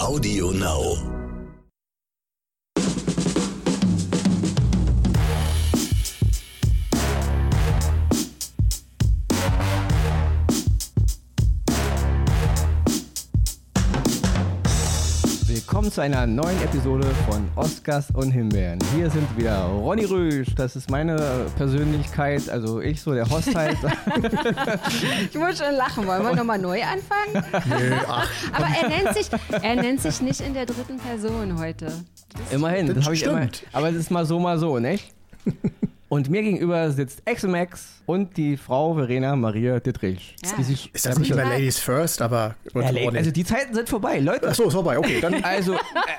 Audio Now. Willkommen zu einer neuen Episode von Oscars und Himbeeren. Hier sind wieder Ronny Rösch, das ist meine Persönlichkeit, also ich, so der Host halt. Ich muss schon lachen, wollen wir nochmal neu anfangen? Nö, ach. Aber er nennt sich nicht in der dritten Person heute. Immerhin, das habe ich immer. Aber das ist mal so, nicht? Und mir gegenüber sitzt Exomax und die Frau Verena Maria Dittrich. Ja. Ist das nicht immer Ladies First, aber... Ja, also die Zeiten sind vorbei, Leute. Achso, ist vorbei, okay. Dann Also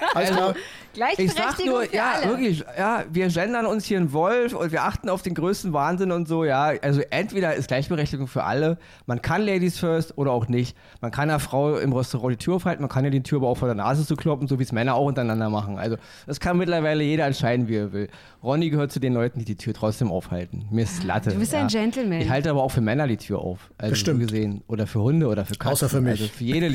ich sag Gleichberechtigung nur, für ja, alle. wirklich, ja, wir gendern uns hier einen Wolf und wir achten auf den größten Wahnsinn und so, ja. Also entweder ist Gleichberechtigung für alle, man kann Ladies First oder auch nicht. Man kann einer Frau im Restaurant die Tür aufhalten, man kann ja die Tür aber auch vor der Nase zu kloppen, so wie es Männer auch untereinander machen. Also das kann mittlerweile jeder entscheiden, wie er will. Ronny gehört zu den Leuten, die die Tür trotzdem aufhalten. Mir ist Latte. Du bist ein Gentleman. Ich halte aber auch für Männer die Tür auf. Also Das stimmt. so gesehen. Oder für Hunde oder für Katzen. Außer für mich.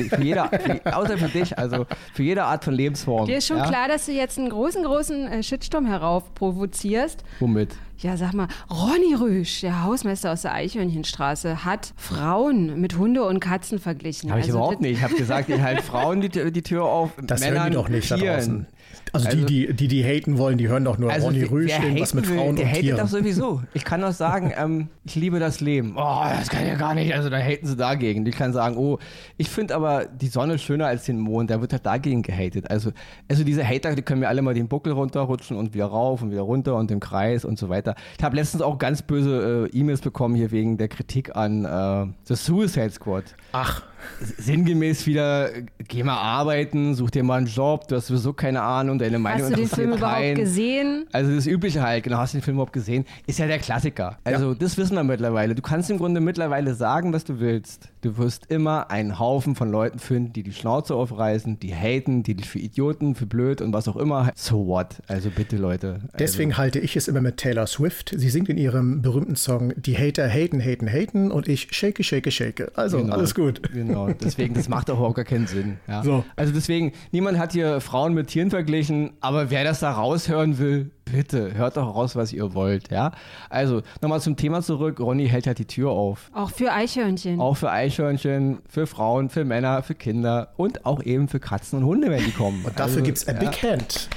Also außer für dich, also für jede Art von Lebensform. Dir ist schon ja? klar, dass du jetzt einen großen Shitstorm heraufprovozierst. Womit? Ja, sag mal, Ronny Rösch, der Hausmeister aus der Eichhörnchenstraße, hat Frauen mit Hunde und Katzen verglichen. Habe ich überhaupt nicht. Ich habe gesagt, ich halte Frauen die Tür auf, das Männern hören die doch nicht da Tieren. draußen. Also die haten wollen, die hören doch nur Ronny Rösch, irgendwas mit Frauen der und hatet Tieren. doch sowieso. Ich kann doch sagen, ich liebe das Leben. Oh, das kann ja gar nicht. Also da haten sie dagegen. Ich kann sagen, oh, ich finde aber die Sonne schöner als den Mond. Da wird halt dagegen gehatet. Also diese Hater, die können mir alle mal den Buckel runterrutschen und wieder rauf und wieder runter und im Kreis und so weiter. Ich habe letztens auch ganz böse E-Mails bekommen hier wegen der Kritik an The Suicide Squad. Ach, Sinngemäß wieder, geh mal arbeiten, such dir mal einen Job, du hast sowieso keine Ahnung, deine Meinung Hast du den interessiert Film überhaupt keinen. gesehen? Also das Übliche halt, genau, hast du den Film überhaupt gesehen? Ist ja der Klassiker. Also das wissen wir mittlerweile. Du kannst im Grunde mittlerweile sagen, was du willst. Du wirst immer einen Haufen von Leuten finden, die die Schnauze aufreißen, die haten, die dich für Idioten, für blöd und was auch immer. So what? Also bitte, Leute. deswegen halte ich es immer mit Taylor Swift. Sie singt in ihrem berühmten Song, die Hater haten, haten, haten und ich shake, shake, shake. Also, Genau. alles gut. Genau, deswegen, das macht auch gar keinen Sinn. Ja. So. Also deswegen, niemand hat hier Frauen mit Tieren verglichen, aber wer das da raushören will, bitte, hört doch raus, was ihr wollt. Ja. Also, nochmal zum Thema zurück, Ronny hält halt die Tür auf. Auch für Eichhörnchen. Auch für Eichhörnchen, für Frauen, für Männer, für Kinder und auch eben für Katzen und Hunde, wenn die kommen. Und dafür gibt's a big hand.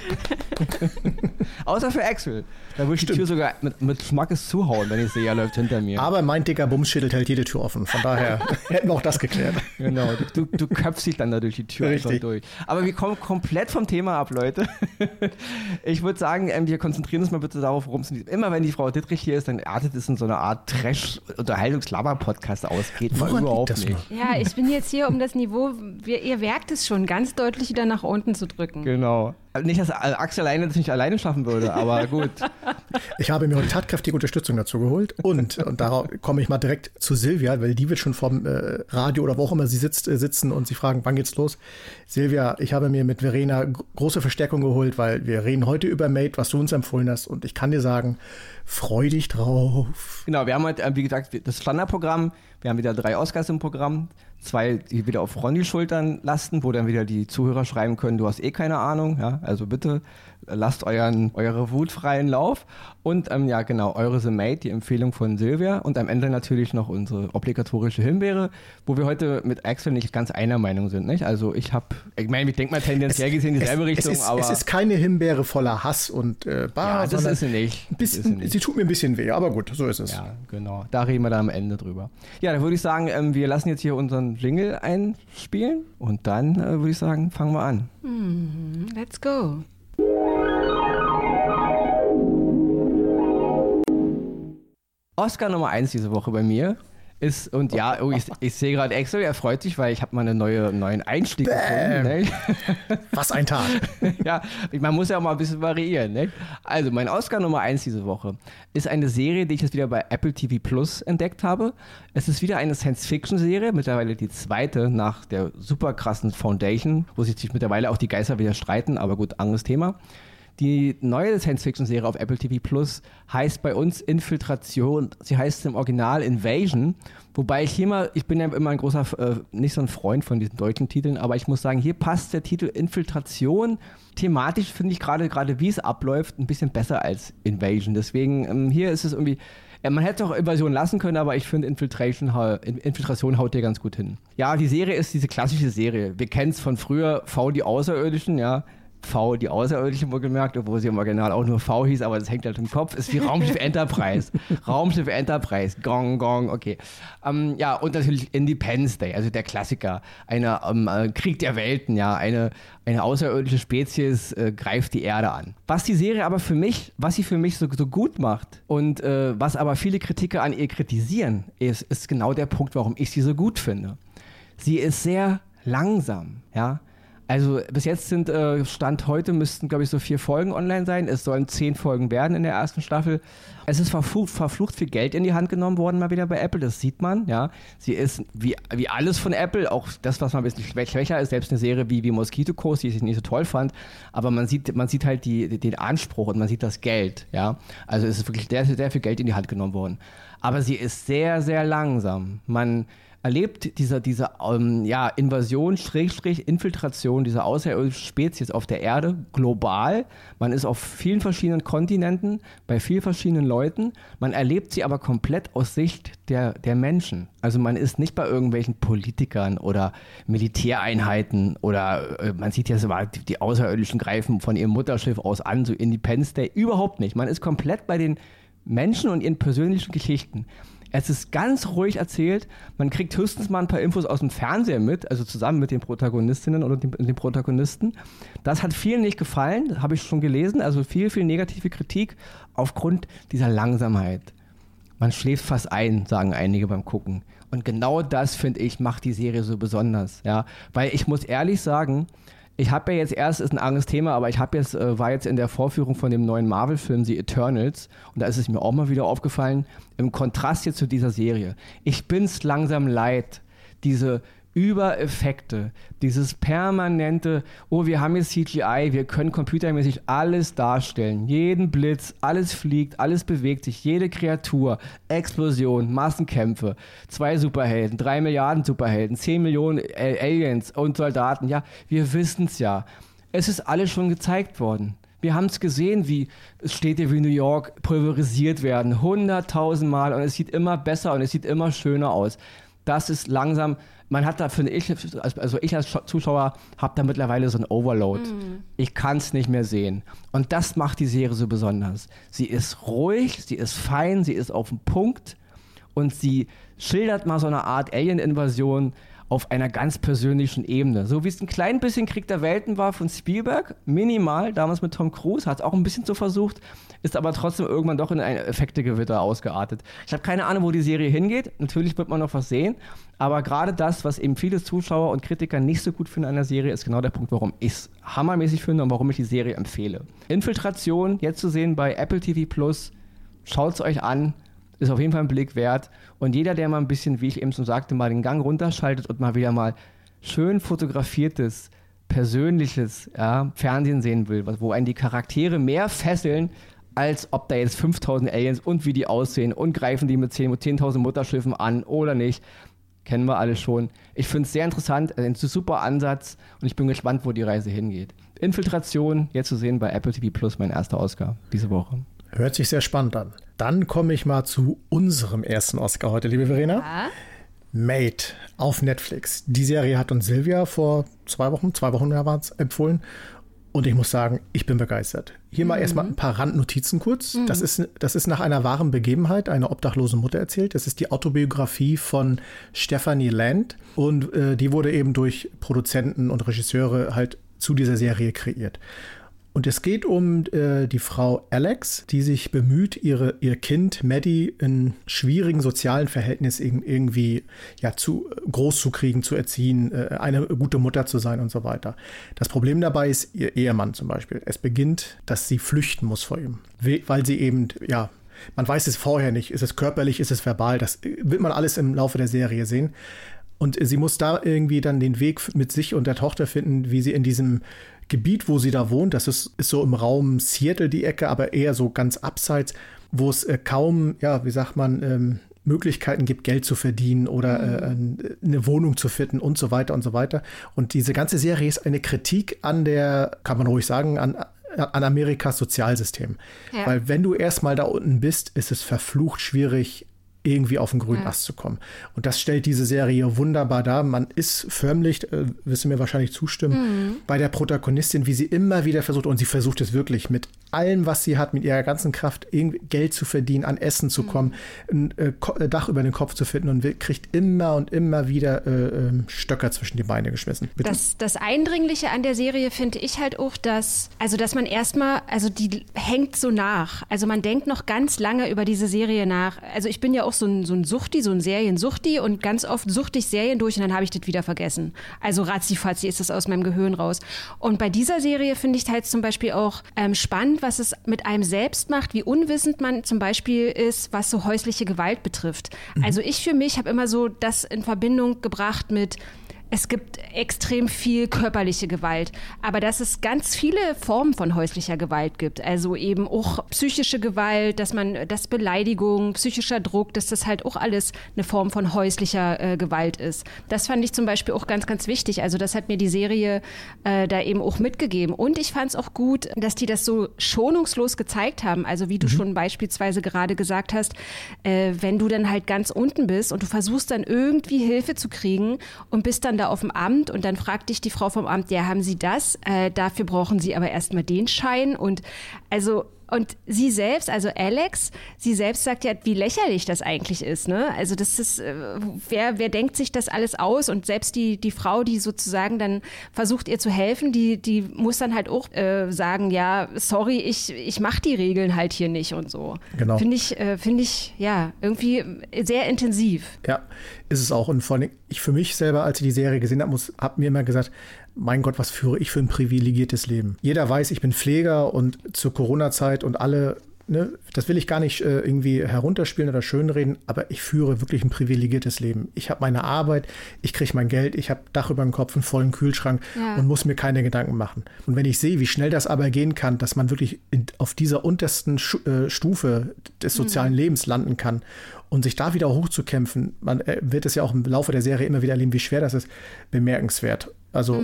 Außer für Axel. Da würde ich die Tür sogar mit Schmackes zuhauen, wenn ich sehe, er läuft hinter mir. Aber mein dicker Bumsschild hält jede Tür offen. Von daher hätten wir auch das geklärt. Genau, du köpfst dich dann da durch die Tür einfach Richtig. durch. Aber wir kommen komplett vom Thema ab, Leute. Ich würde sagen, wir konzentrieren uns mal bitte darauf, worum es immer, wenn die Frau Dittrich hier ist, dann artet es in so eine Art Trash-Unterhaltungs-Laber-Podcast aus. Geht mal Woran überhaupt liegt das nicht. Ja, ich bin jetzt hier, um das Niveau, ihr merkt es schon, ganz deutlich wieder nach unten zu drücken. Genau. Nicht, dass Axel alleine das nicht alleine schaffen würde, aber gut. Ich habe mir heute tatkräftige Unterstützung dazu geholt und darauf komme ich mal direkt zu Silvia, weil die wird schon vom Radio oder wo auch immer sie sitzen und sie fragen, wann geht's los? Silvia, ich habe mir mit Verena große Verstärkung geholt, weil wir reden heute über Made, was du uns empfohlen hast und ich kann dir sagen, freu dich drauf. Genau, wir haben halt, wie gesagt, das Standardprogramm. Wir haben wieder 3 Oscars im Programm. 2, die wieder auf Ronny Schultern lasten, wo dann wieder die Zuhörer schreiben können, du hast eh keine Ahnung. Ja? Also bitte lasst eure Wut freien Lauf. Und ja genau, eure The Made, die Empfehlung von Silvia. Und am Ende natürlich noch unsere obligatorische Himbeere, wo wir heute mit Axel nicht ganz einer Meinung sind. Nicht? Also ich meine, ich denke mal tendenziell gesehen dieselbe Richtung. Es aber ist keine Himbeere voller Hass und ja, das ist sie nicht. Sie tut mir ein bisschen weh, aber gut, so ist es. Ja, genau. Da reden wir dann am Ende drüber. Ja, dann würde ich sagen, wir lassen jetzt hier unseren Jingle einspielen und dann würde ich sagen, fangen wir an. Let's go. Oscar Nummer 1 diese Woche bei mir ist, und ja, oh, ich sehe gerade Axel, er freut sich, weil ich habe mal einen neuen Einstieg gefunden. Ne? Was ein Tag. Ja, man muss ja auch mal ein bisschen variieren. Ne? Also, mein Oscar Nummer 1 diese Woche ist eine Serie, die ich jetzt wieder bei Apple TV Plus entdeckt habe. Es ist wieder eine Science-Fiction-Serie, mittlerweile die zweite nach der super krassen Foundation, wo sich mittlerweile auch die Geister wieder streiten, aber gut, anderes Thema. Die neue Science-Fiction-Serie auf Apple TV Plus heißt bei uns Infiltration. Sie heißt im Original Invasion. Wobei ich bin ja immer ein großer, nicht so ein Freund von diesen deutschen Titeln, aber ich muss sagen, hier passt der Titel Infiltration. Thematisch finde ich gerade wie es abläuft, ein bisschen besser als Invasion. Deswegen, hier ist es irgendwie, man hätte auch Invasion lassen können, aber ich finde Infiltration haut dir ganz gut hin. Ja, die Serie ist diese klassische Serie. Wir kennen es von früher, V, die Außerirdischen, ja. V, die Außerirdischen, wohlgemerkt, obwohl sie im Original auch nur V hieß, aber das hängt halt im Kopf, ist wie Raumschiff Enterprise. Raumschiff Enterprise, Gong, Gong, okay. Ja, und natürlich Independence Day, also der Klassiker. Krieg der Welten, ja, eine außerirdische Spezies greift die Erde an. Was sie für mich so gut macht und was aber viele Kritiker an ihr kritisieren, ist genau der Punkt, warum ich sie so gut finde. Sie ist sehr langsam, ja. Also bis jetzt Stand heute müssten, glaube ich, so 4 Folgen online sein. Es sollen 10 Folgen werden in der ersten Staffel. Es ist verflucht viel Geld in die Hand genommen worden, mal wieder bei Apple, das sieht man, ja. Sie ist wie alles von Apple, auch das, was mal ein bisschen schwächer ist, selbst eine Serie wie Mosquito Coast, die ich nicht so toll fand, aber man sieht halt den Anspruch und man sieht das Geld, ja. Also es ist wirklich sehr, sehr viel Geld in die Hand genommen worden. Aber sie ist sehr, sehr langsam. Man erlebt diese Invasion, Infiltration dieser außerirdischen Spezies auf der Erde global. Man ist auf vielen verschiedenen Kontinenten, bei vielen verschiedenen Leuten. Man erlebt sie aber komplett aus Sicht der Menschen. Also man ist nicht bei irgendwelchen Politikern oder Militäreinheiten oder man sieht ja so, die Außerirdischen greifen von ihrem Mutterschiff aus an, so Independence Day. Überhaupt nicht. Man ist komplett bei den Menschen und ihren persönlichen Geschichten. Es ist ganz ruhig erzählt. Man kriegt höchstens mal ein paar Infos aus dem Fernseher mit, also zusammen mit den Protagonistinnen oder den Protagonisten. Das hat vielen nicht gefallen, habe ich schon gelesen. Also viel negative Kritik aufgrund dieser Langsamkeit. Man schläft fast ein, sagen einige beim Gucken. Und genau das, finde ich, macht die Serie so besonders. Ja? Weil ich muss ehrlich sagen, ich habe ja jetzt ist ein anderes Thema, aber war jetzt in der Vorführung von dem neuen Marvel-Film The Eternals und da ist es mir auch mal wieder aufgefallen, im Kontrast jetzt zu dieser Serie. Ich bin's langsam leid, diese Übereffekte, dieses permanente, wir haben jetzt CGI, wir können computermäßig alles darstellen, jeden Blitz, alles fliegt, alles bewegt sich, jede Kreatur, Explosion, Massenkämpfe, 2 Superhelden, 3 Milliarden Superhelden, 10 Millionen Aliens und Soldaten, ja, wir wissen's ja. Es ist alles schon gezeigt worden. Wir haben es gesehen, wie Städte wie New York pulverisiert werden, 100.000 Mal und es sieht immer besser und es sieht immer schöner aus. Das ist langsam, man hat da, finde ich, also ich als Zuschauer habe da mittlerweile so ein Overload. Ich kann es nicht mehr sehen. Und das macht die Serie so besonders. Sie ist ruhig, sie ist fein, sie ist auf dem Punkt und sie schildert mal so eine Art Alien-Invasion auf einer ganz persönlichen Ebene. So wie es ein klein bisschen Krieg der Welten war von Spielberg, minimal, damals mit Tom Cruise, hat es auch ein bisschen so versucht, ist aber trotzdem irgendwann doch in ein Effektegewitter ausgeartet. Ich habe keine Ahnung, wo die Serie hingeht. Natürlich wird man noch was sehen, aber gerade das, was eben viele Zuschauer und Kritiker nicht so gut finden an der Serie, ist genau der Punkt, warum ich es hammermäßig finde und warum ich die Serie empfehle. Infiltration, jetzt zu sehen bei Apple TV Plus, schaut es euch an. Ist auf jeden Fall ein Blick wert. Und jeder, der mal ein bisschen, wie ich eben schon sagte, mal den Gang runterschaltet und mal wieder mal schön fotografiertes, persönliches Fernsehen sehen will, wo einen die Charaktere mehr fesseln, als ob da jetzt 5.000 Aliens und wie die aussehen und greifen die mit 10.000 Mutterschiffen an oder nicht. Kennen wir alle schon. Ich finde es sehr interessant, ein super Ansatz und ich bin gespannt, wo die Reise hingeht. Infiltration, jetzt zu sehen bei Apple TV Plus, mein erster Oscar diese Woche. Hört sich sehr spannend an. Dann komme ich mal zu unserem ersten Oscar heute, liebe Verena. Ja? Made auf Netflix. Die Serie hat uns Silvia vor 2 Wochen war es, empfohlen. Und ich muss sagen, ich bin begeistert. Hier mal erstmal ein paar Randnotizen kurz. Das ist nach einer wahren Begebenheit einer obdachlosen Mutter erzählt. Das ist die Autobiografie von Stephanie Land. Und die wurde eben durch Produzenten und Regisseure halt zu dieser Serie kreiert. Und es geht um die Frau Alex, die sich bemüht, ihr Kind Maddie in schwierigen sozialen Verhältnissen irgendwie groß zu kriegen, zu erziehen, eine gute Mutter zu sein und so weiter. Das Problem dabei ist ihr Ehemann zum Beispiel. Es beginnt, dass sie flüchten muss vor ihm, weil sie eben, man weiß es vorher nicht, ist es körperlich, ist es verbal, das wird man alles im Laufe der Serie sehen. Und sie muss da irgendwie dann den Weg mit sich und der Tochter finden, wie sie in diesem Gebiet, wo sie da wohnt, das ist so im Raum Seattle die Ecke, aber eher so ganz abseits, wo es kaum, ja, wie sagt man, Möglichkeiten gibt, Geld zu verdienen oder eine Wohnung zu finden und so weiter und so weiter. Und diese ganze Serie ist eine Kritik an der, kann man ruhig sagen, an Amerikas Sozialsystem. Ja. Weil wenn du erstmal da unten bist, ist es verflucht schwierig, irgendwie auf den grünen Ast zu kommen. Und das stellt diese Serie wunderbar dar. Man ist förmlich, wirst du mir wahrscheinlich zustimmen, bei der Protagonistin, wie sie immer wieder versucht, und sie versucht es wirklich mit allem, was sie hat, mit ihrer ganzen Kraft, irgendwie Geld zu verdienen, an Essen zu kommen, ein Dach über den Kopf zu finden und kriegt immer und immer wieder Stöcker zwischen die Beine geschmissen. Das Eindringliche an der Serie finde ich halt auch, dass man erstmal, also die hängt so nach. Also man denkt noch ganz lange über diese Serie nach. Also ich bin ja auch so ein Suchti, so ein Seriensuchti und ganz oft suchte ich Serien durch und dann habe ich das wieder vergessen. Also ratzifatzi ist das aus meinem Gehirn raus. Und bei dieser Serie finde ich halt zum Beispiel auch spannend, was es mit einem selbst macht, wie unwissend man zum Beispiel ist, was so häusliche Gewalt betrifft. Also ich für mich habe immer so das in Verbindung gebracht mit, es gibt extrem viel körperliche Gewalt, aber dass es ganz viele Formen von häuslicher Gewalt gibt. Also eben auch psychische Gewalt, dass Beleidigung, psychischer Druck, dass das halt auch alles eine Form von häuslicher Gewalt ist. Das fand ich zum Beispiel auch ganz, ganz wichtig. Also das hat mir die Serie da eben auch mitgegeben. Und ich fand es auch gut, dass die das so schonungslos gezeigt haben. Also wie du schon beispielsweise gerade gesagt hast, wenn du dann halt ganz unten bist und du versuchst dann irgendwie Hilfe zu kriegen und bist dann da auf dem Amt und dann fragt dich die Frau vom Amt, ja, haben Sie das? Dafür brauchen Sie aber erstmal den Schein und sie selbst, also Alex, sie selbst sagt ja, wie lächerlich das eigentlich ist, ne? Also das ist, wer denkt sich das alles aus? Und selbst die Frau, die sozusagen dann versucht, ihr zu helfen, die muss dann halt auch sagen, ja, sorry, ich mache die Regeln halt hier nicht und so. Genau. Finde ich, ja, irgendwie sehr intensiv. Ja, ist es auch. Und vor allem, ich für mich selber, als ich die Serie gesehen habe, habe mir immer gesagt, mein Gott, was führe ich für ein privilegiertes Leben? Jeder weiß, ich bin Pfleger und zur Corona-Zeit und alle, ne, das will ich gar nicht irgendwie herunterspielen oder schönreden, aber ich führe wirklich ein privilegiertes Leben. Ich habe meine Arbeit, ich kriege mein Geld, ich habe Dach über dem Kopf, einen vollen Kühlschrank und muss mir keine Gedanken machen. Und wenn ich sehe, wie schnell das aber gehen kann, dass man wirklich auf dieser untersten Stufe des sozialen Lebens landen kann und sich da wieder hochzukämpfen, man wird es ja auch im Laufe der Serie immer wieder erleben, wie schwer das ist, bemerkenswert. Also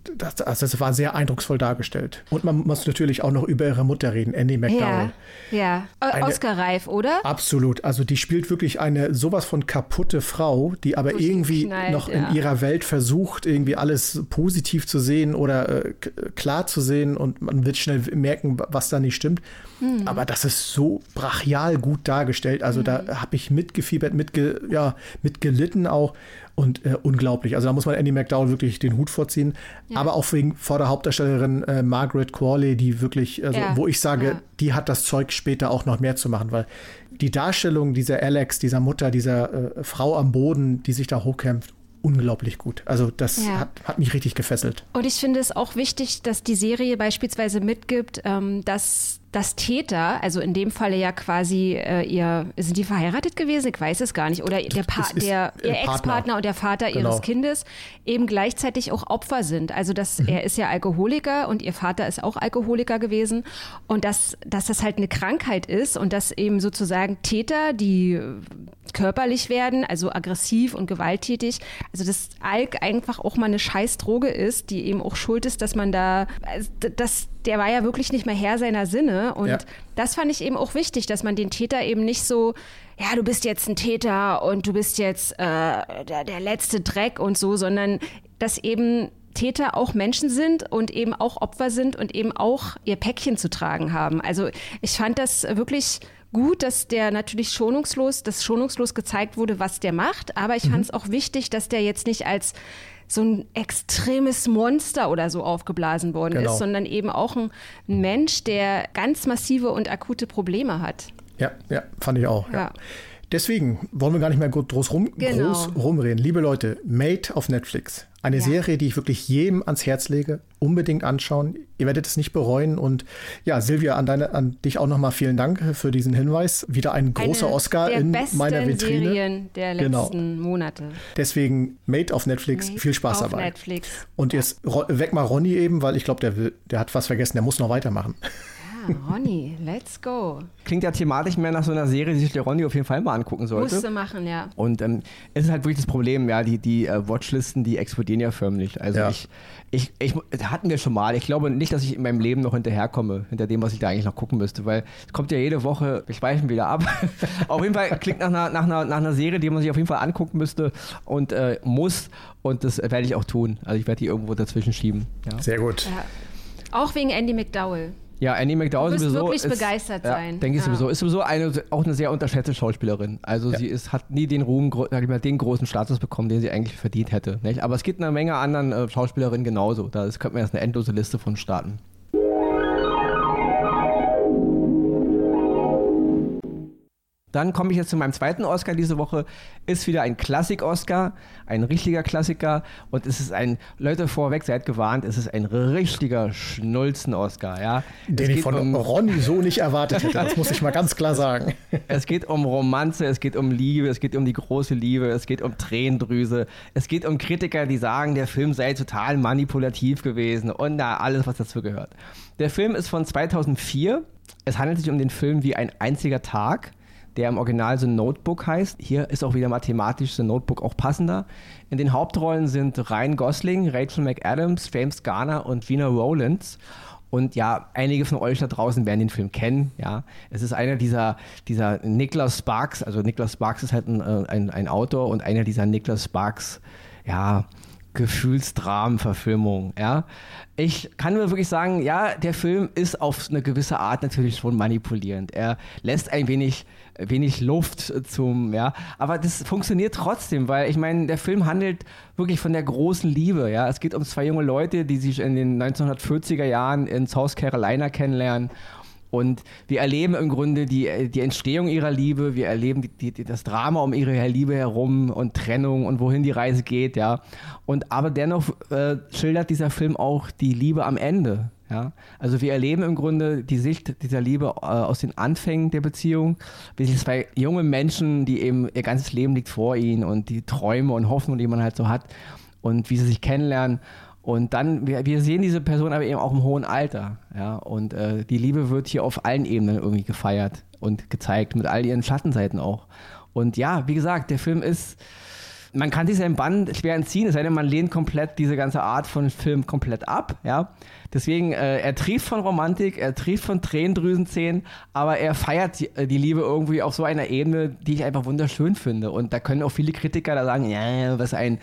das war sehr eindrucksvoll dargestellt. Und man muss natürlich auch noch über ihre Mutter reden, Andie MacDowell. Ja. Oscar-reif, oder? Absolut. Also die spielt wirklich eine sowas von kaputte Frau, die aber irgendwie noch in ihrer Welt versucht, irgendwie alles positiv zu sehen oder klar zu sehen und man wird schnell merken, was da nicht stimmt. Aber das ist so brachial gut dargestellt. Also da habe ich mitgefiebert, mitgelitten auch. Und unglaublich. Also da muss man Andie MacDowell wirklich den Hut vorziehen. Ja. Aber auch vor der Hauptdarstellerin Margaret Qualley, die wirklich, wo ich sage, die hat das Zeug später auch noch mehr zu machen. Weil die Darstellung dieser Alex, dieser Mutter, dieser Frau am Boden, die sich da hochkämpft, unglaublich gut. Also das hat mich richtig gefesselt. Und ich finde es auch wichtig, dass die Serie beispielsweise mitgibt, dass Täter, also in dem Falle ja quasi sind die verheiratet gewesen? Ich weiß es gar nicht. Oder ihr Ex-Partner und der Vater ihres Kindes eben gleichzeitig auch Opfer sind. Also er ist ja Alkoholiker und ihr Vater ist auch Alkoholiker gewesen. Und dass das halt eine Krankheit ist und dass eben sozusagen Täter, die körperlich werden, also aggressiv und gewalttätig, also dass Alk einfach auch mal eine Scheißdroge ist, die eben auch schuld ist, dass man der war ja wirklich nicht mehr Herr seiner Sinne und das fand ich eben auch wichtig, dass man den Täter eben nicht so, ja, du bist jetzt ein Täter und du bist jetzt der letzte Dreck und so, sondern dass eben Täter auch Menschen sind und eben auch Opfer sind und eben auch ihr Päckchen zu tragen haben. Also ich fand das wirklich gut, dass der natürlich schonungslos gezeigt wurde, was der macht, aber ich fand es auch wichtig, dass der jetzt nicht als so ein extremes Monster oder so aufgeblasen worden ist, sondern eben auch ein Mensch, der ganz massive und akute Probleme hat. Ja, fand ich auch. Ja. Deswegen wollen wir gar nicht mehr groß rumreden. Liebe Leute, Made auf Netflix. Eine Serie, die ich wirklich jedem ans Herz lege. Unbedingt anschauen. Ihr werdet es nicht bereuen. Und ja, Silvia, an dich auch nochmal vielen Dank für diesen Hinweis. Wieder ein großer Oscar in meiner Vitrine. Serien der letzten Monate. Deswegen Made auf Netflix. Viel Spaß dabei. Netflix. Und jetzt weg mal Ronny eben, weil ich glaube, der hat was vergessen. Der muss noch weitermachen. Ronny, let's go. Klingt ja thematisch mehr nach so einer Serie, die sich der Ronny auf jeden Fall mal angucken sollte. Musste machen, ja. Und es ist halt wirklich das Problem, ja, die Watchlisten, die explodieren ja förmlich. Also ich hatten wir schon mal. Ich glaube nicht, dass ich in meinem Leben noch hinterherkomme, hinter dem, was ich da eigentlich noch gucken müsste, weil es kommt ja jede Woche, wir schweifen wieder ab. Auf jeden Fall klingt nach einer Serie, die man sich auf jeden Fall angucken müsste und muss. Und das werde ich auch tun. Also ich werde die irgendwo dazwischen schieben. Ja. Sehr gut. Ja. Auch wegen Andy McDowell. Ja, Andy McDowell du wirst sowieso wirklich begeistert sein. Denke ich sowieso. Ist sowieso auch eine sehr unterschätzte Schauspielerin. Also sie hat nie den Ruhm, den großen Status bekommen, den sie eigentlich verdient hätte. Nicht? Aber es gibt eine Menge anderen Schauspielerinnen genauso. Da könnte man jetzt eine endlose Liste von starten. Dann komme ich jetzt zu meinem zweiten Oscar diese Woche. Ist wieder ein Klassik-Oscar, ein richtiger Klassiker. Und es ist Leute vorweg, seid gewarnt, es ist ein richtiger Schnulzen-Oscar. Ja? Den ich von Ronny so nicht erwartet hätte, das muss ich mal ganz klar sagen. Es geht um Romanze, es geht um Liebe, es geht um die große Liebe, es geht um Tränendrüse, es geht um Kritiker, die sagen, der Film sei total manipulativ gewesen und alles, was dazu gehört. Der Film ist von 2004. Es handelt sich um den Film Wie ein einziger Tag, der im Original The Notebook heißt. Hier ist auch wieder mathematisch The Notebook auch passender. In den Hauptrollen sind Ryan Gosling, Rachel McAdams, James Garner und Gena Rowlands. Und ja, einige von euch da draußen werden den Film kennen. Ja, es ist einer dieser Nicholas Sparks, also Nicholas Sparks ist halt ein Autor und einer dieser Nicholas Sparks, ja, Gefühlsdramen-Verfilmung, ja. Ich kann nur wirklich sagen, ja, der Film ist auf eine gewisse Art natürlich schon manipulierend. Er lässt ein wenig Luft aber das funktioniert trotzdem, weil ich meine, der Film handelt wirklich von der großen Liebe, ja. Es geht um zwei junge Leute, die sich in den 1940er Jahren in South Carolina kennenlernen. Und wir erleben im Grunde die Entstehung ihrer Liebe, wir erleben das Drama um ihre Liebe herum und Trennung und wohin die Reise geht, ja. Aber dennoch schildert dieser Film auch die Liebe am Ende, ja. Also wir erleben im Grunde die Sicht dieser Liebe aus den Anfängen der Beziehung, wie sich zwei junge Menschen, die eben ihr ganzes Leben liegt vor ihnen und die Träume und Hoffnungen, die man halt so hat und wie sie sich kennenlernen. Und dann, wir sehen diese Person aber eben auch im hohen Alter, ja, und die Liebe wird hier auf allen Ebenen irgendwie gefeiert und gezeigt, mit all ihren Schattenseiten auch. Und ja, wie gesagt, der Film man kann sich seinen Bann schwer entziehen, es sei denn, man lehnt komplett diese ganze Art von Film komplett ab, ja. Deswegen, er trieft von Romantik, er trieft von Tränendrüsenszenen, aber er feiert die Liebe irgendwie auf so einer Ebene, die ich einfach wunderschön finde. Und da können auch viele Kritiker da sagen, ja, was ein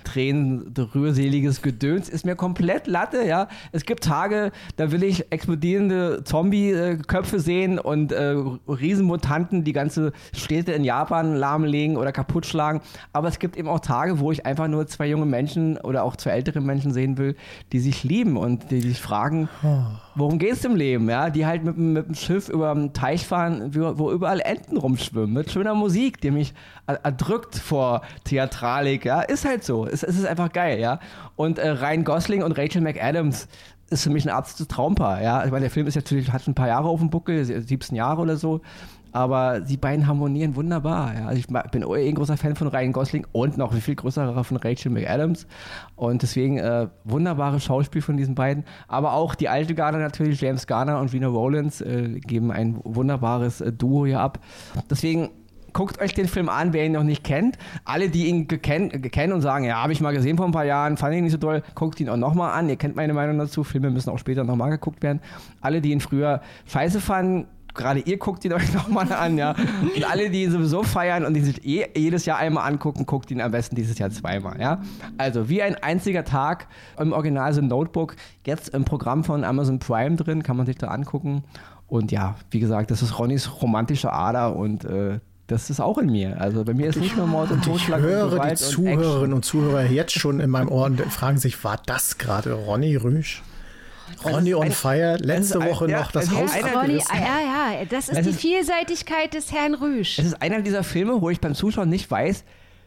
tränenrührseliges Gedöns, ist mir komplett Latte, ja. Es gibt Tage, da will ich explodierende Zombie-Köpfe sehen und Riesenmutanten, die ganze Städte in Japan lahmlegen oder kaputt schlagen. Aber es gibt eben auch Tage, wo ich einfach nur zwei junge Menschen oder auch zwei ältere Menschen sehen will, die sich lieben und die sich fragen, worum geht es im Leben, ja? Die halt mit dem Schiff über den Teich fahren, wo überall Enten rumschwimmen, mit schöner Musik, die mich erdrückt vor Theatralik, ja? Ist halt so. Es ist einfach geil, ja. Und Ryan Gosling und Rachel McAdams ist für mich ein absolutes Traumpaar, ja. Ich meine, der Film ist natürlich, hat schon ein paar Jahre auf dem Buckel, 17 Jahre oder so. Aber die beiden harmonieren wunderbar. Ja. Also ich bin ein großer Fan von Ryan Gosling und noch ein viel größerer von Rachel McAdams. Und deswegen wunderbares Schauspiel von diesen beiden. Aber auch die alte Garde natürlich, James Garner und Gena Rowlands, geben ein wunderbares Duo hier ab. Deswegen guckt euch den Film an, wer ihn noch nicht kennt. Alle, die ihn kennen und sagen, ja, habe ich mal gesehen vor ein paar Jahren, fand ich nicht so toll, guckt ihn auch nochmal an. Ihr kennt meine Meinung dazu. Filme müssen auch später nochmal geguckt werden. Alle, die ihn früher scheiße fanden, gerade ihr guckt ihn euch nochmal an, ja. Und alle, die ihn sowieso feiern und die sich jedes Jahr einmal angucken, guckt ihn am besten dieses Jahr zweimal, ja. Also wie ein einziger Tag im Original The Notebook, jetzt im Programm von Amazon Prime drin, kann man sich da angucken. Und ja, wie gesagt, das ist Ronnys romantische Ader und das ist auch in mir. Also bei mir ist nicht nur Mord und Totschlag. Ich höre die Zuhörerinnen und Zuhörer jetzt schon in meinem Ohr und fragen sich, war das gerade Ronny Rüsch? Ronny on Fire, letzte Woche noch das Haus abgerissen. Das ist die Vielseitigkeit des Herrn Rüsch. Es ist einer dieser Filme, wo ich beim Zuschauen nicht weiß,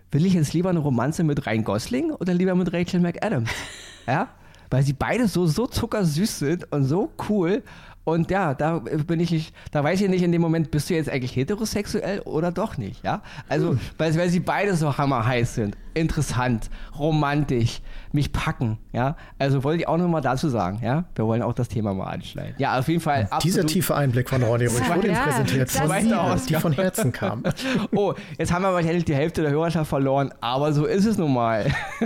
will ich jetzt lieber eine Romanze mit Ryan Gosling oder lieber mit Rachel McAdams? Ja, weil sie beide so zuckersüß sind und so cool. Und ja, da weiß ich nicht in dem Moment, bist du jetzt eigentlich heterosexuell oder doch nicht, ja? Also, weil sie beide so hammerheiß sind, interessant, romantisch, mich packen, ja? Also wollte ich auch nochmal dazu sagen, ja? Wir wollen auch das Thema mal anschneiden. Ja, auf jeden Fall. Absolut. Dieser tiefe Einblick von Ronny Rüsch wurde ihm präsentiert, die von Herzen kam. Oh, jetzt haben wir wahrscheinlich die Hälfte der Hörerschaft verloren, aber so ist es nun mal.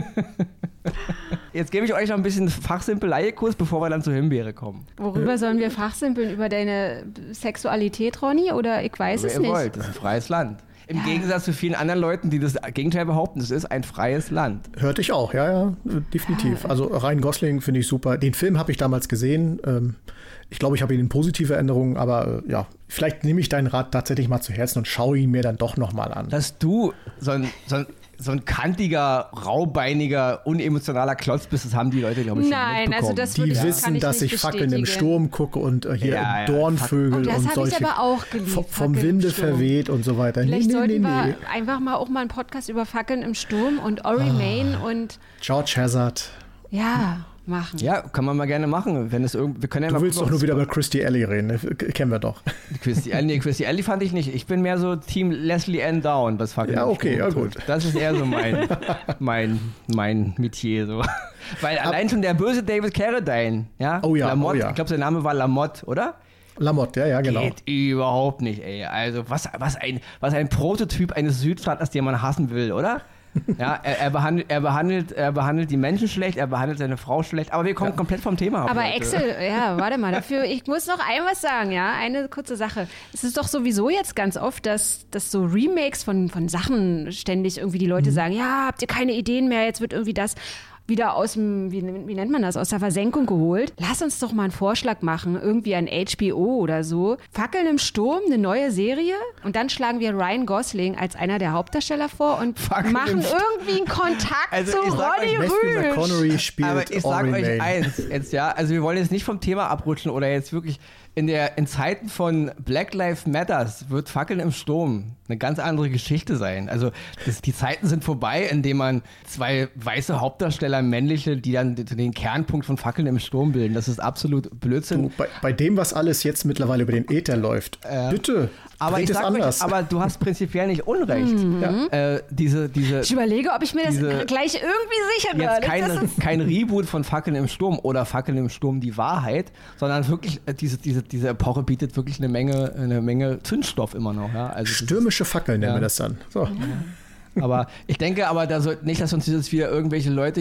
Jetzt gebe ich euch noch ein bisschen Fachsimpelei-Kurs, bevor wir dann zur Himbeere kommen. Worüber sollen wir fachsimpeln? Über deine Sexualität, Ronny? Oder ich weiß es nicht. Ihr wollt, das ist ein freies Land. Im Gegensatz zu vielen anderen Leuten, die das Gegenteil behaupten, es ist ein freies Land. Hörte ich auch, ja, definitiv. Also Ryan Gosling finde ich super. Den Film habe ich damals gesehen. Ich glaube, ich habe ihn in positive Erinnerungen, aber ja, vielleicht nehme ich deinen Rat tatsächlich mal zu Herzen und schaue ihn mir dann doch nochmal an. Dass du so ein kantiger, raubeiniger, unemotionaler Klotz bist, das haben die Leute, glaube ich, schon mitbekommen. Nein, also das die wissen, dass ich Fackeln im Sturm gucke und hier Dornvögel und solche. Das habe ich aber auch geliebt. Vom Winde verweht und so weiter. Vielleicht sollten wir einfach mal auch mal einen Podcast über Fackeln im Sturm und Ori Main und George Hazard. Ja, machen. Ja, kann man mal gerne machen. Wenn es wir können ja du mal willst doch nur wieder über Christy Alley reden, ne? Kennen wir doch. Christy Alley fand ich nicht. Ich bin mehr so Team Leslie Ann Down, was Fackeln ja, okay, ja gut. Das ist eher so mein Metier. So. Weil allein schon der böse David Carradine, ja? Oh ja, Lamotte, oh ja. Ich glaube, sein Name war Lamotte, oder? Lamotte, ja, genau. Geht überhaupt nicht, ey. Also was ein Prototyp eines Südstaatlers, den man hassen will, oder? Ja, er behandelt die Menschen schlecht, er behandelt seine Frau schlecht, aber wir kommen komplett vom Thema ab. Aber Leute. Axel, ja, warte mal, ich muss noch was sagen, ja, eine kurze Sache. Es ist doch sowieso jetzt ganz oft, dass so Remakes von Sachen ständig irgendwie die Leute sagen, ja, habt ihr keine Ideen mehr, jetzt wird irgendwie das wieder aus dem, wie nennt man das, aus der Versenkung geholt. Lass uns doch mal einen Vorschlag machen, irgendwie an HBO oder so. Fackeln im Sturm, eine neue Serie und dann schlagen wir Ryan Gosling als einer der Hauptdarsteller vor und machen irgendwie einen Kontakt zu Ronny Rüsch. Connery spielt aber ich sage euch eins jetzt, ja, also wir wollen jetzt nicht vom Thema abrutschen oder jetzt wirklich in Zeiten von Black Lives Matters wird Fackeln im Sturm eine ganz andere Geschichte sein. Also die Zeiten sind vorbei, in denen man zwei weiße Hauptdarsteller, männliche, die dann den Kernpunkt von Fackeln im Sturm bilden. Das ist absolut Blödsinn. Du, bei dem, was alles jetzt mittlerweile über den Äther läuft, bitte, aber ich sag anders. Aber du hast prinzipiell nicht Unrecht. Ich überlege, ob ich mir das gleich irgendwie sichere. Jetzt kein Reboot von Fackeln im Sturm oder Fackeln im Sturm die Wahrheit, sondern wirklich diese Epoche bietet wirklich eine Menge Zündstoff immer noch. Ja? Also stürmische Fackeln nennen wir das dann. So. Ja. Aber ich denke nicht, dass uns jetzt wieder irgendwelche Leute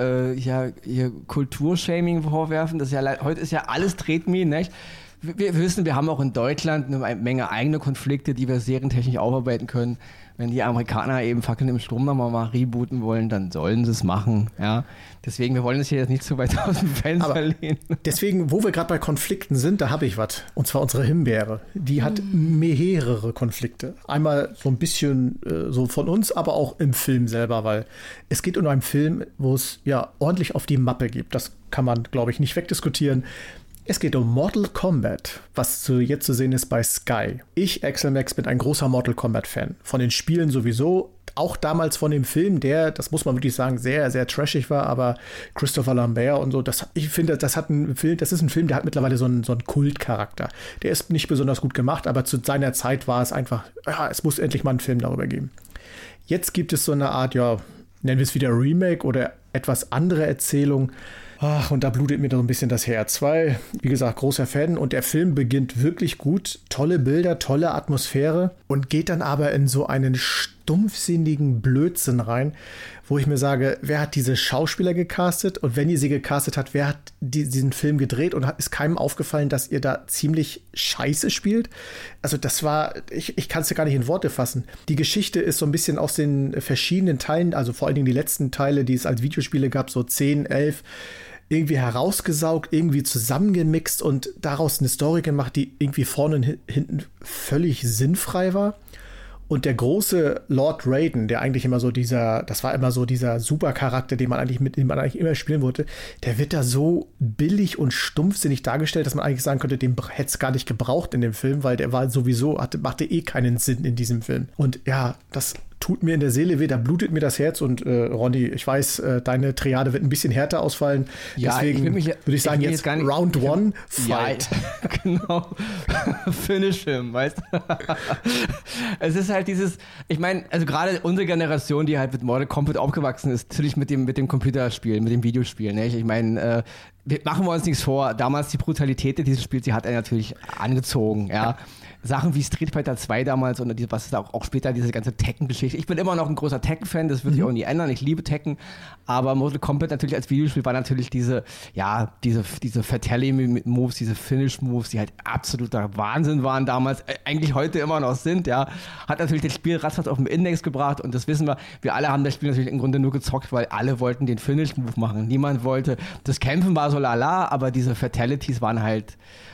hier Kulturshaming vorwerfen. Heute ist ja alles Tretminen, nicht? Wir wissen, wir haben auch in Deutschland eine Menge eigene Konflikte, die wir serientechnisch aufarbeiten können. Wenn die Amerikaner eben Fackeln im Sturm nochmal mal rebooten wollen, dann sollen sie es machen. Ja? Deswegen, wir wollen es hier jetzt nicht zu weit aus dem Fenster lehnen. Deswegen, wo wir gerade bei Konflikten sind, da habe ich was. Und zwar unsere Himbeere. Die hat mehrere Konflikte. Einmal so ein bisschen so von uns, aber auch im Film selber, weil es geht um einen Film, wo es ja ordentlich auf die Mappe gibt. Das kann man, glaube ich, nicht wegdiskutieren. Es geht um Mortal Kombat, was jetzt zu sehen ist bei Sky. Ich, Axel Max, bin ein großer Mortal Kombat-Fan. Von den Spielen sowieso, auch damals von dem Film, der, das muss man wirklich sagen, sehr, sehr trashig war, aber Christopher Lambert und so, ich finde, das ist ein Film, der hat mittlerweile so einen Kultcharakter. Der ist nicht besonders gut gemacht, aber zu seiner Zeit war es einfach, es muss endlich mal einen Film darüber geben. Jetzt gibt es so eine Art, ja, nennen wir es wieder Remake oder etwas andere Erzählung. Ach, und da blutet mir so ein bisschen das Herz, weil, wie gesagt, großer Fan und der Film beginnt wirklich gut, tolle Bilder, tolle Atmosphäre und geht dann aber in so einen stumpfsinnigen Blödsinn rein, wo ich mir sage, wer hat diese Schauspieler gecastet und wenn ihr sie gecastet habt, wer hat diesen Film gedreht und ist keinem aufgefallen, dass ihr da ziemlich scheiße spielt? Also das war, ich kann es ja gar nicht in Worte fassen. Die Geschichte ist so ein bisschen aus den verschiedenen Teilen, also vor allen Dingen die letzten Teile, die es als Videospiele gab, so 10, 11, irgendwie herausgesaugt, irgendwie zusammengemixt und daraus eine Story gemacht, die irgendwie vorne und hinten völlig sinnfrei war. Und der große Lord Raiden, der eigentlich immer so das war immer so dieser Supercharakter, den man eigentlich immer spielen wollte, der wird da so billig und stumpfsinnig dargestellt, dass man eigentlich sagen könnte, den hätte es gar nicht gebraucht in dem Film, weil der war sowieso, machte keinen Sinn in diesem Film. Und ja, tut mir in der Seele weh, da blutet mir das Herz und Ronny, ich weiß, deine Triade wird ein bisschen härter ausfallen. Ja, deswegen würde ich sagen, jetzt Round 1, Fight. Ja, genau. Finish him, weißt du? Es ist halt dieses, ich meine, also gerade unsere Generation, die halt mit Mortal Kombat aufgewachsen ist, natürlich mit dem Computerspiel, mit dem Videospiel, ne? Ich meine, machen wir uns nichts vor, damals die Brutalität dieses Spiels, die hat er natürlich angezogen, ja. Sachen wie Street Fighter 2 damals und was ist auch später diese ganze Tekken-Geschichte. Ich bin immer noch ein großer Tekken-Fan, das wird sich auch nie ändern. Ich liebe Tekken, aber Mortal Kombat natürlich als Videospiel war natürlich diese Fatality-Moves, diese Finish-Moves, die halt absoluter Wahnsinn waren damals, eigentlich heute immer noch sind, ja. Hat natürlich das Spiel ratzfatz auf den Index gebracht und das wissen wir. Wir alle haben das Spiel natürlich im Grunde nur gezockt, weil alle wollten den Finish-Move machen. Niemand wollte, das Kämpfen war so lala, aber diese Fatalities waren halt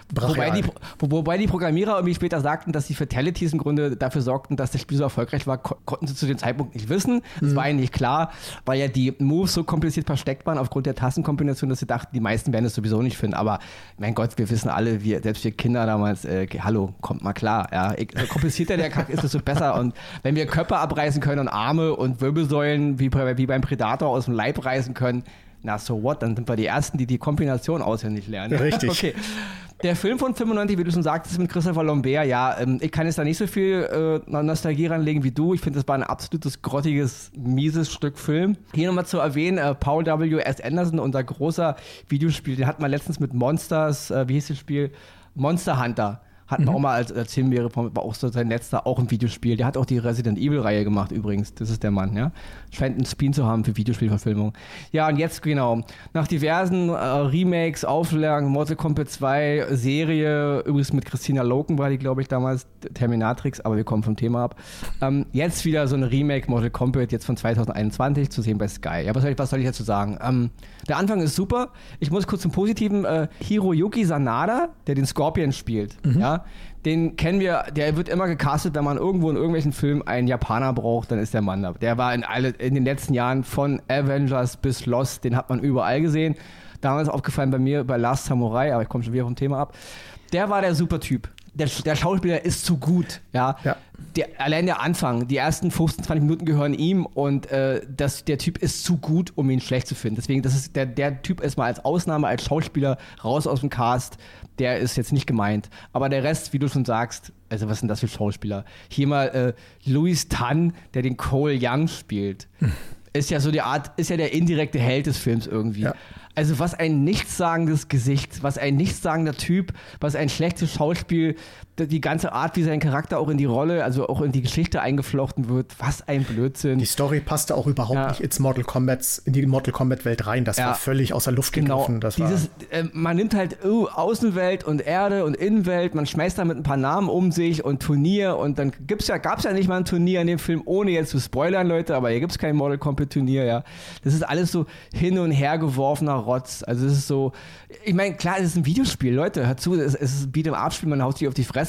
Wobei die Programmierer irgendwie später sagten, dass die Fatalities im Grunde dafür sorgten, dass das Spiel so erfolgreich war, konnten sie zu dem Zeitpunkt nicht wissen. Das war ihnen nicht klar, weil ja die Moves so kompliziert versteckt waren aufgrund der Tastenkombination, dass sie dachten, die meisten werden es sowieso nicht finden. Aber mein Gott, wir wissen alle, selbst wir Kinder damals, hallo, kommt mal klar. Ja. So komplizierter der Kack ist, desto besser. Und wenn wir Köpfe abreißen können und Arme und Wirbelsäulen wie beim Predator aus dem Leib reißen können, na so what, dann sind wir die Ersten, die Kompination auswendig lernen. Richtig. Okay. Der Film von 95, wie du schon sagtest, mit Christopher Lambert, ja, ich kann jetzt da nicht so viel Nostalgie ranlegen wie du. Ich finde, das war ein absolutes grottiges, mieses Stück Film. Hier nochmal zu erwähnen, Paul W.S. Anderson, unser großer Videospiel, den hatten wir letztens mit Monsters, wie hieß das Spiel? Monster Hunter. Hatten wir auch mal als Filmlehre, war auch so sein letzter, auch ein Videospiel. Der hat auch die Resident Evil-Reihe gemacht übrigens. Das ist der Mann, ja. Scheint einen Spin zu haben für Videospielverfilmung. Ja, und jetzt genau, nach diversen Remakes, Auflagen, Mortal Kombat 2, Serie, übrigens mit Christina Loken war die, glaube ich, damals, Terminatrix, aber wir kommen vom Thema ab. Jetzt wieder so eine Remake Mortal Kombat, jetzt von 2021, zu sehen bei Sky. Ja, was soll ich dazu sagen? Der Anfang ist super. Ich muss kurz zum Positiven, Hiroyuki Sanada, der den Scorpion spielt, ja, den kennen wir, der wird immer gecastet, wenn man irgendwo in irgendwelchen Filmen einen Japaner braucht, dann ist der Mann da. Der war in den letzten Jahren von Avengers bis Lost, den hat man überall gesehen. Damals aufgefallen bei mir bei Last Samurai, aber ich komme schon wieder vom Thema ab. Der war der super Typ. Der Schauspieler ist zu gut, ja. Allein der Anfang, die ersten 15, 20 Minuten gehören ihm und der Typ ist zu gut, um ihn schlecht zu finden. Deswegen, das ist der Typ ist mal als Ausnahme, als Schauspieler raus aus dem Cast, der ist jetzt nicht gemeint. Aber der Rest, wie du schon sagst, also was sind das für Schauspieler? Hier mal Louis Tan, der den Cole Young spielt. Ist ja so ist ja der indirekte Held des Films irgendwie. Ja. Also was ein nichtssagendes Gesicht, was ein nichtssagender Typ, was ein schlechtes Schauspiel, die ganze Art, wie sein Charakter auch in die Rolle, also auch in die Geschichte eingeflochten wird, was ein Blödsinn. Die Story passte auch überhaupt nicht in die Mortal Kombat Welt rein, das war völlig außer Luft gegriffen. Das man nimmt halt Außenwelt und Erde und Innenwelt, man schmeißt da mit ein paar Namen um sich und Turnier und dann gab's ja nicht mal ein Turnier in dem Film, ohne jetzt zu spoilern, Leute, aber hier gibt's kein Mortal Kombat Turnier, ja. Das ist alles so hin und her geworfener Rotz, also es ist so, ich meine, klar, es ist ein Videospiel, Leute, hört zu, es ist ein Beat'em-up-Spiel, man haut sich auf die Fresse.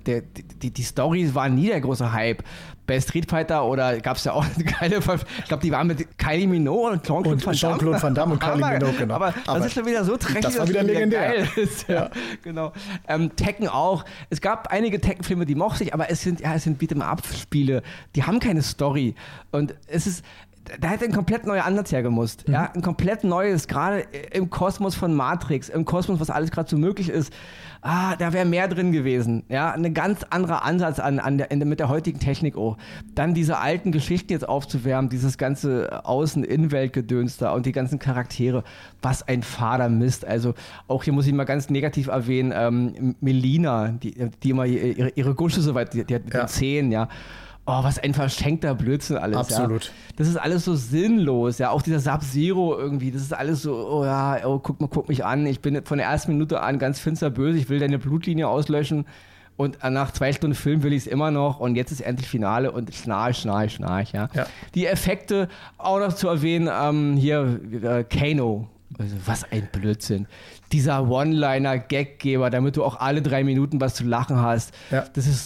Die Story war nie der große Hype. Bei Street Fighter oder gab es ja auch eine geile, ich glaube, die waren mit Kylie Minogue und Jean-Claude Van Damme und Kylie Minogue, genau. Aber das ist schon wieder so dreckig, das war wieder legendär. Geil ist. Ja, genau. Tekken auch. Es gab einige Tekken-Filme, die mochte ich, aber es sind Beat'em-up-Spiele, die haben keine Story. Und da hätte ein komplett neuer Ansatz hergemusst. Ja, ein komplett neues, gerade im Kosmos von Matrix, im Kosmos, was alles gerade so möglich ist. Da wäre mehr drin gewesen. Ja, ein ganz anderer Ansatz mit der heutigen Technik auch. Dann diese alten Geschichten jetzt aufzuwärmen, dieses ganze Außen-Innenwelt-Gedöns da und die ganzen Charaktere. Was ein fader Mist. Also auch hier muss ich mal ganz negativ erwähnen, Melina, die immer ihre Gusche so weit, die hat mit den Zähnen, ja. Oh, was ein verschenkter Blödsinn alles. Absolut. Ja. Das ist alles so sinnlos, ja. Auch dieser Sub-Zero irgendwie, das ist alles so, guck mich an. Ich bin von der ersten Minute an ganz finster böse, ich will deine Blutlinie auslöschen und nach 2 Stunden Film will ich es immer noch und jetzt ist endlich Finale und schnarch, ja. Die Effekte auch noch zu erwähnen, hier Kano. Also, was ein Blödsinn. Dieser One-Liner-Gaggeber, damit du auch alle 3 Minuten was zu lachen hast. Ja. Das ist so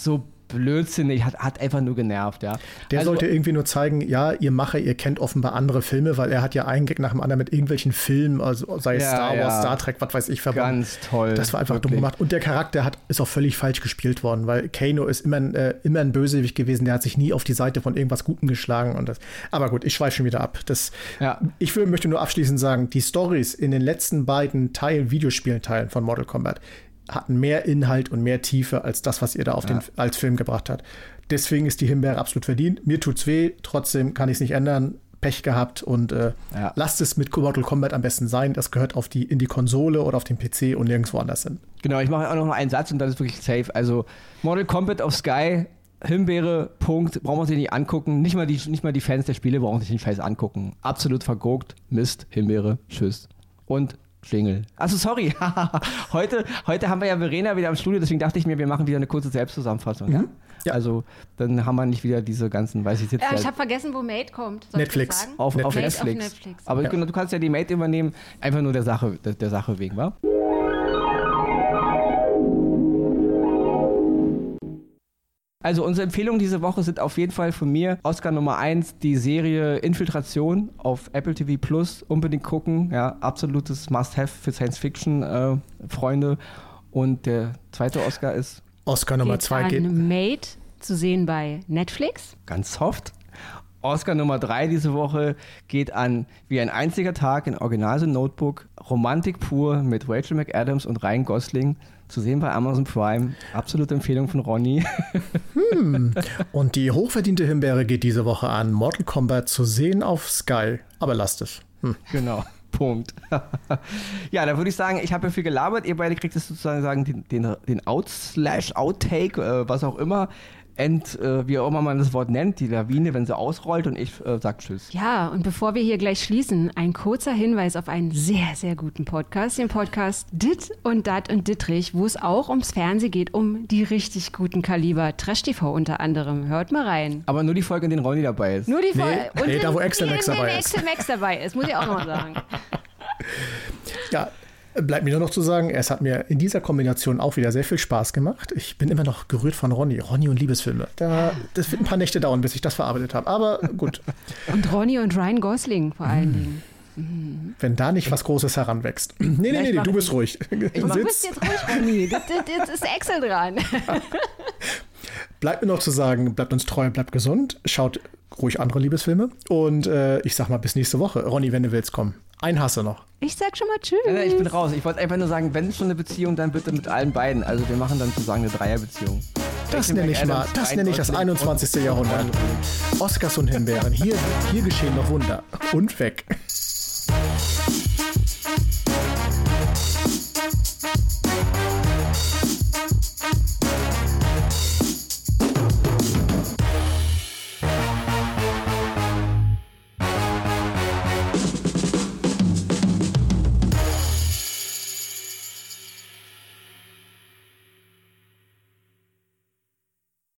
blödsinnig, hat einfach nur genervt, ja. Der sollte irgendwie nur zeigen, ja, ihr kennt offenbar andere Filme, weil er hat ja einen Gag nach dem anderen mit irgendwelchen Filmen, also sei es Star Wars, Star Trek, was weiß ich, verbunden. Ganz toll. Das war einfach dumm gemacht. Und der Charakter ist auch völlig falsch gespielt worden, weil Kano ist immer ein Bösewicht gewesen, der hat sich nie auf die Seite von irgendwas Guten geschlagen. Aber gut, ich schweife schon wieder ab. Ich möchte nur abschließend sagen, die Storys in den letzten beiden Videospielteilen von Mortal Kombat hatten mehr Inhalt und mehr Tiefe als das, was ihr da als Film gebracht habt. Deswegen ist die Himbeere absolut verdient. Mir tut's weh, trotzdem kann ich es nicht ändern. Pech gehabt und lasst es mit Mortal Kombat am besten sein. Das gehört in die Konsole oder auf den PC und nirgendwo anders hin. Genau, ich mache auch noch einen Satz und das ist wirklich safe. Also Mortal Kombat auf Sky, Himbeere, Punkt, brauchen wir sich nicht angucken. Nicht mal die Fans der Spiele brauchen sich den Scheiß angucken. Absolut verguckt, Mist, Himbeere, tschüss. Und Schlingel. Also sorry, heute haben wir ja Verena wieder am Studio, deswegen dachte ich mir, wir machen wieder eine kurze Selbstzusammenfassung. Ja? Ja. Also dann haben wir nicht wieder diese ganzen, ich habe vergessen, wo Mate kommt. Soll Netflix. Auf Netflix. Aber genau, du kannst ja die Mate übernehmen, einfach nur der Sache wegen, wa? Also unsere Empfehlungen diese Woche sind auf jeden Fall von mir Oscar Nummer 1, die Serie Infiltration auf Apple TV Plus. Unbedingt gucken, ja, absolutes Must-Have für Science-Fiction-Freunde. Und der zweite Oscar ist Oscar Nummer 2 geht Mate, zu sehen bei Netflix. Ganz soft. Oscar Nummer 3 diese Woche geht an Wie ein einziger Tag in Original The Notebook, Romantik pur mit Rachel McAdams und Ryan Gosling. Zu sehen bei Amazon Prime. Absolute Empfehlung von Ronny. Und die hochverdiente Himbeere geht diese Woche an Mortal Kombat, zu sehen auf Sky. Aber lasst es. Genau. Punkt. Ja, da würde ich sagen, ich habe ja viel gelabert. Ihr beide kriegt es sozusagen den Outtake, was auch immer. Wie auch immer man das Wort nennt, die Lawine, wenn sie ausrollt, und ich sag Tschüss. Ja, und bevor wir hier gleich schließen, ein kurzer Hinweis auf einen sehr, sehr guten Podcast, den Podcast Dit und Dat und Dittrich, wo es auch ums Fernsehen geht, um die richtig guten Kaliber, Trash-TV unter anderem. Hört mal rein. Aber nur die Folge, in denen Ronny dabei ist. Nur die Folge. Nee, da wo Excel Max dabei ist. Excel Max dabei ist, muss ich auch noch sagen. Ja, bleibt mir nur noch zu sagen, es hat mir in dieser Kombination auch wieder sehr viel Spaß gemacht. Ich bin immer noch gerührt von Ronny und Liebesfilme. Das wird ein paar Nächte dauern, bis ich das verarbeitet habe, aber gut. Und Ronny und Ryan Gosling vor allen Dingen. Wenn da nicht was Großes heranwächst. Nee, du bist ruhig. Du bist jetzt ruhig, Ronny. Das ist Excel dran. Bleibt mir noch zu sagen, bleibt uns treu, bleibt gesund, schaut ruhig andere Liebesfilme und ich sag mal bis nächste Woche. Ronny, wenn du willst, komm. Ein hast du noch. Ich sag schon mal Tschüss. Nein, ich bin raus. Ich wollte einfach nur sagen, wenn schon eine Beziehung, dann bitte mit allen beiden. Also wir machen dann sozusagen eine Dreierbeziehung. Das nenne ich das 21. Jahrhundert. Oscars und Himbeeren. Hier geschehen noch Wunder. Und weg.